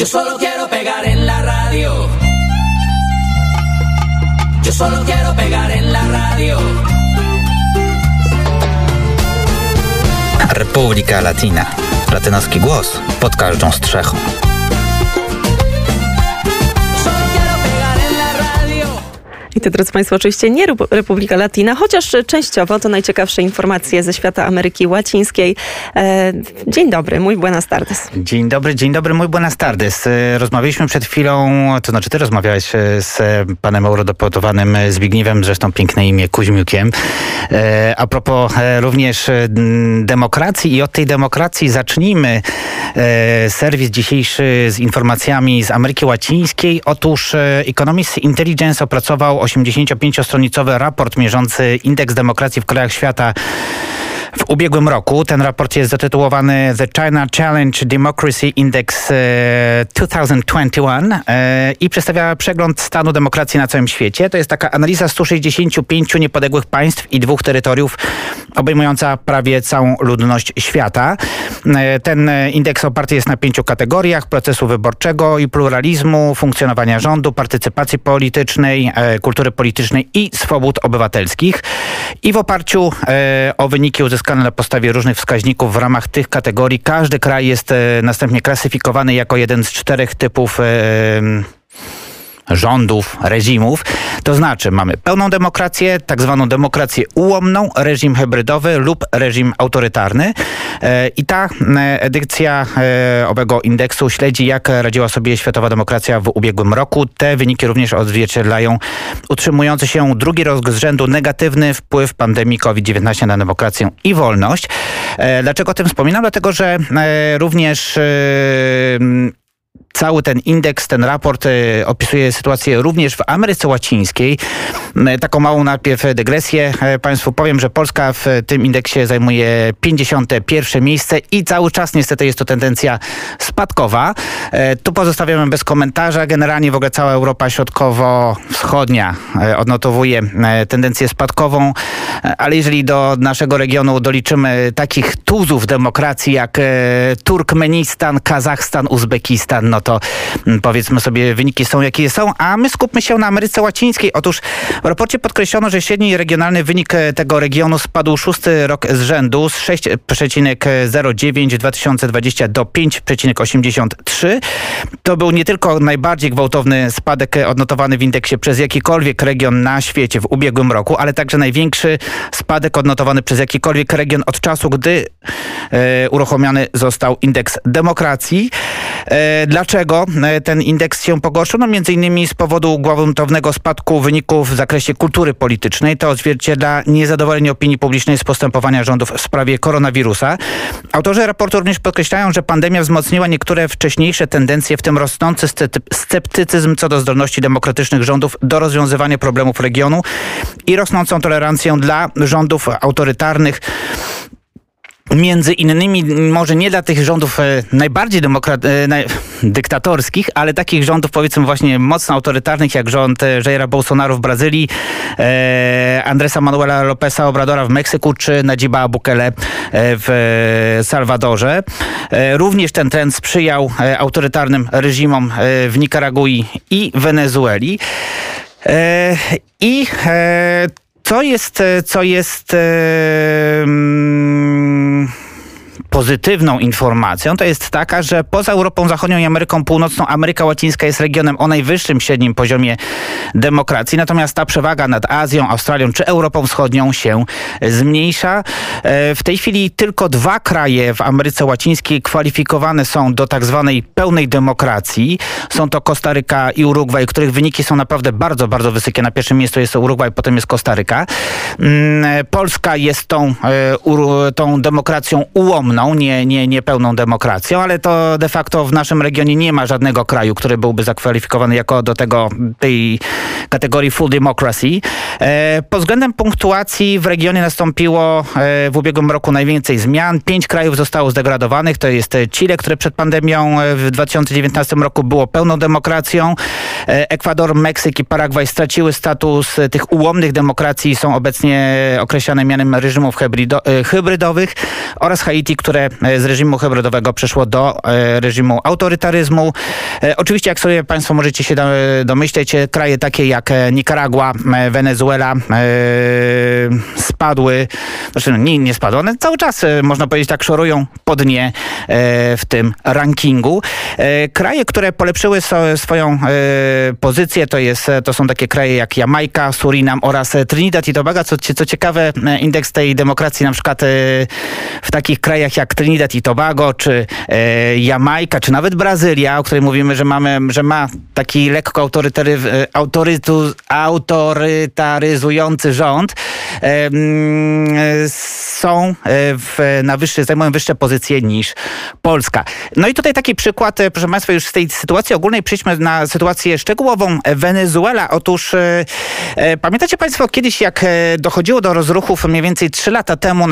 Yo solo quiero pegar en la radio. Yo solo quiero pegar en la radio. Republika Latina. Latynoski głos pod każdą strzechą. I to, drodzy Państwo, oczywiście nie Republika Latina, chociaż częściowo to najciekawsze informacje ze świata Ameryki Łacińskiej. Dzień dobry, muy buenas tardes. Dzień dobry, muy buenas tardes. Rozmawialiśmy przed chwilą, to znaczy ty rozmawiałeś z panem eurodeputowanym Zbigniewem, zresztą piękne imię, Kuźmiukiem. A propos również demokracji i od tej demokracji zacznijmy serwis dzisiejszy z informacjami z Ameryki Łacińskiej. Otóż Economist Intelligence opracował 85-stronicowy raport mierzący indeks demokracji w krajach świata w ubiegłym roku. Ten raport jest zatytułowany The China Challenge Democracy Index 2021 i przedstawia przegląd stanu demokracji na całym świecie. To jest taka analiza 165 niepodległych państw i 2 terytoriów, obejmująca prawie całą ludność świata. Ten indeks oparty jest na 5 kategoriach: procesu wyborczego i pluralizmu, funkcjonowania rządu, partycypacji politycznej, kultury politycznej i swobód obywatelskich. I w oparciu o wyniki uzyskane na podstawie różnych wskaźników w ramach tych kategorii, każdy kraj jest następnie klasyfikowany jako jeden z 4 typów rządów, reżimów. To znaczy mamy pełną demokrację, tak zwaną demokrację ułomną, reżim hybrydowy lub reżim autorytarny. I ta edycja owego indeksu śledzi, jak radziła sobie światowa demokracja w ubiegłym roku. Te wyniki również odzwierciedlają utrzymujący się drugi rok z rzędu negatywny wpływ pandemii COVID-19 na demokrację i wolność. Dlaczego o tym wspominam? Dlatego, że również cały ten indeks, ten raport opisuje sytuację również w Ameryce Łacińskiej. Taką małą najpierw dygresję Państwu powiem, że Polska w tym indeksie zajmuje 51. miejsce i cały czas niestety jest to tendencja spadkowa. Tu pozostawiamy bez komentarza. Generalnie w ogóle cała Europa Środkowo-Wschodnia odnotowuje tendencję spadkową, ale jeżeli do naszego regionu doliczymy takich tuzów demokracji jak Turkmenistan, Kazachstan, Uzbekistan, no to powiedzmy sobie, wyniki są jakie są, a my skupmy się na Ameryce Łacińskiej. Otóż w raporcie podkreślono, że średni regionalny wynik tego regionu spadł 6. rok z rzędu z 6,09 w 2020 do 5,83. To był nie tylko najbardziej gwałtowny spadek odnotowany w indeksie przez jakikolwiek region na świecie w ubiegłym roku, ale także największy spadek odnotowany przez jakikolwiek region od czasu, gdy uruchomiony został indeks demokracji. Dlaczego ten indeks się pogorszył? No między innymi z powodu gwałtownego spadku wyników w zakresie kultury politycznej. To odzwierciedla niezadowolenie opinii publicznej z postępowania rządów w sprawie koronawirusa. Autorzy raportu również podkreślają, że pandemia wzmocniła niektóre wcześniejsze tendencje, w tym rosnący sceptycyzm co do zdolności demokratycznych rządów do rozwiązywania problemów regionu i rosnącą tolerancję dla rządów autorytarnych. Między innymi, może nie dla tych rządów najbardziej dyktatorskich, ale takich rządów, powiedzmy, właśnie mocno autorytarnych, jak rząd Jaira Bolsonaro w Brazylii, Andresa Manuela Lopeza Obradora w Meksyku, czy Najiba Bukele w Salwadorze. Również ten trend sprzyjał autorytarnym reżimom w Nikaragui i Wenezueli. Co jest pozytywną informacją, to jest taka, że poza Europą Zachodnią i Ameryką Północną Ameryka Łacińska jest regionem o najwyższym średnim poziomie demokracji, natomiast ta przewaga nad Azją, Australią czy Europą Wschodnią się zmniejsza. W tej chwili tylko 2 kraje w Ameryce Łacińskiej kwalifikowane są do tak zwanej pełnej demokracji. Są to Kostaryka i Urugwaj, których wyniki są naprawdę bardzo, bardzo wysokie. Na pierwszym miejscu jest Urugwaj, potem jest Kostaryka. Polska jest tą demokracją ułomną, nie pełną demokracją, ale to de facto w naszym regionie nie ma żadnego kraju, który byłby zakwalifikowany jako do tej kategorii full democracy. Pod względem punktuacji w regionie nastąpiło w ubiegłym roku najwięcej zmian. 5 krajów zostało zdegradowanych. To jest Chile, które przed pandemią w 2019 roku było pełną demokracją. Ekwador, Meksyk i Paragwaj straciły status tych ułomnych demokracji i są obecnie określane mianem reżimów hybrydowych, oraz Haiti, które które z reżimu hybrydowego przeszło do reżimu autorytaryzmu. Oczywiście, jak sobie państwo możecie się domyśleć, kraje takie jak Nikaragua, Wenezuela spadły, znaczy nie spadły, one cały czas, można powiedzieć tak, szorują po dnie w tym rankingu. Kraje, które polepszyły swoją pozycję, to są takie kraje jak Jamajka, Surinam oraz Trinidad i Tobago. Co ciekawe, indeks tej demokracji na przykład w takich krajach jak Trinidad i Tobago, czy Jamajka, czy nawet Brazylia, o której mówimy, że ma taki lekko autorytaryzujący rząd, zajmują wyższe pozycje niż Polska. No i tutaj taki przykład, proszę państwa, już z tej sytuacji ogólnej przejdźmy na sytuację szczegółową. Wenezuela. Otóż pamiętacie państwo kiedyś, jak dochodziło do rozruchów mniej więcej 3 lata temu,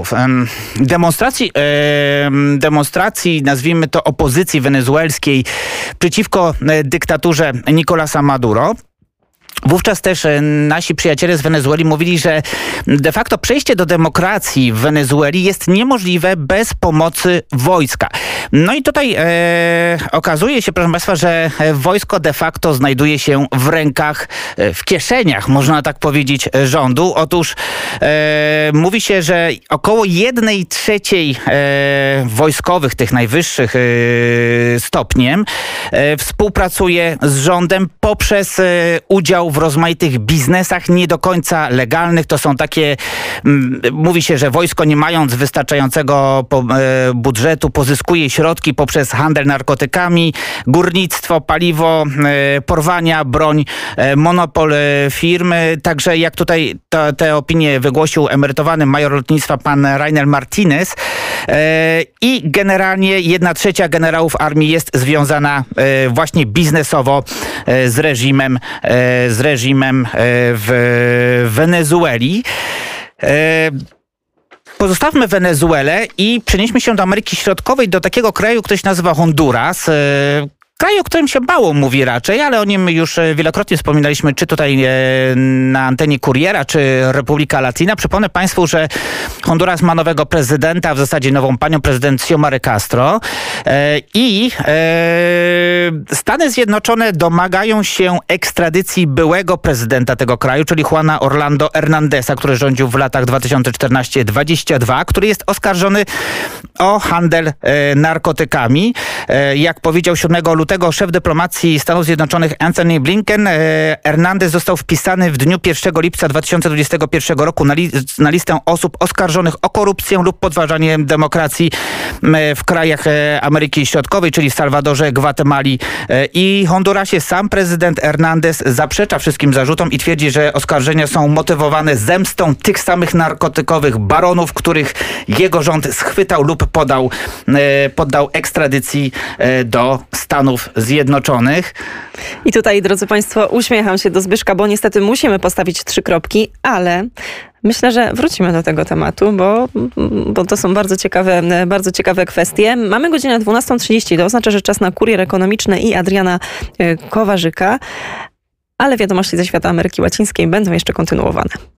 demonstracji, nazwijmy to opozycji wenezuelskiej przeciwko dyktaturze Nicolasa Maduro. Wówczas też nasi przyjaciele z Wenezueli mówili, że de facto przejście do demokracji w Wenezueli jest niemożliwe bez pomocy wojska. No i tutaj okazuje się, proszę państwa, że wojsko de facto znajduje się w rękach, w kieszeniach, można tak powiedzieć, rządu. Otóż mówi się, że około 1/3 wojskowych, tych najwyższych stopniem, współpracuje z rządem poprzez udział w rozmaitych biznesach nie do końca legalnych. To są takie, mówi się, że wojsko, nie mając wystarczającego budżetu, pozyskuje środki poprzez handel narkotykami, górnictwo, paliwo, porwania, broń, monopol firmy. Także jak tutaj te opinie wygłosił emerytowany major lotnictwa pan Rainer Martinez, i generalnie 1/3 generałów armii jest związana właśnie biznesowo z reżimem w Wenezueli. Pozostawmy Wenezuelę i przenieśmy się do Ameryki Środkowej, do takiego kraju, który się nazywa Honduras. Kraj, o którym się mało mówi raczej, ale o nim już wielokrotnie wspominaliśmy, czy tutaj na antenie Kuriera, czy Republika Latina. Przypomnę państwu, że Honduras ma nowego prezydenta, w zasadzie nową panią prezydent Xiomary Castro, i Stany Zjednoczone domagają się ekstradycji byłego prezydenta tego kraju, czyli Juana Orlando Hernandeza, który rządził w latach 2014-2022, który jest oskarżony o handel narkotykami. Jak powiedział 7 lutego szef dyplomacji Stanów Zjednoczonych Antony Blinken, Hernandez został wpisany w dniu 1 lipca 2021 roku na listę osób oskarżonych o korupcję lub podważanie demokracji w krajach Ameryki Środkowej, czyli w Salwadorze, Gwatemali i Hondurasie. Sam prezydent Hernandez zaprzecza wszystkim zarzutom i twierdzi, że oskarżenia są motywowane zemstą tych samych narkotykowych baronów, których jego rząd schwytał lub poddał ekstradycji do Stanów Zjednoczonych. I tutaj, drodzy państwo, uśmiecham się do Zbyszka, bo niestety musimy postawić 3 kropki, ale myślę, że wrócimy do tego tematu, bo to są bardzo ciekawe kwestie. Mamy godzinę 12:30, to oznacza, że czas na Kurier Ekonomiczny i Adriana Kowarzyka, ale wiadomości ze świata Ameryki Łacińskiej będą jeszcze kontynuowane.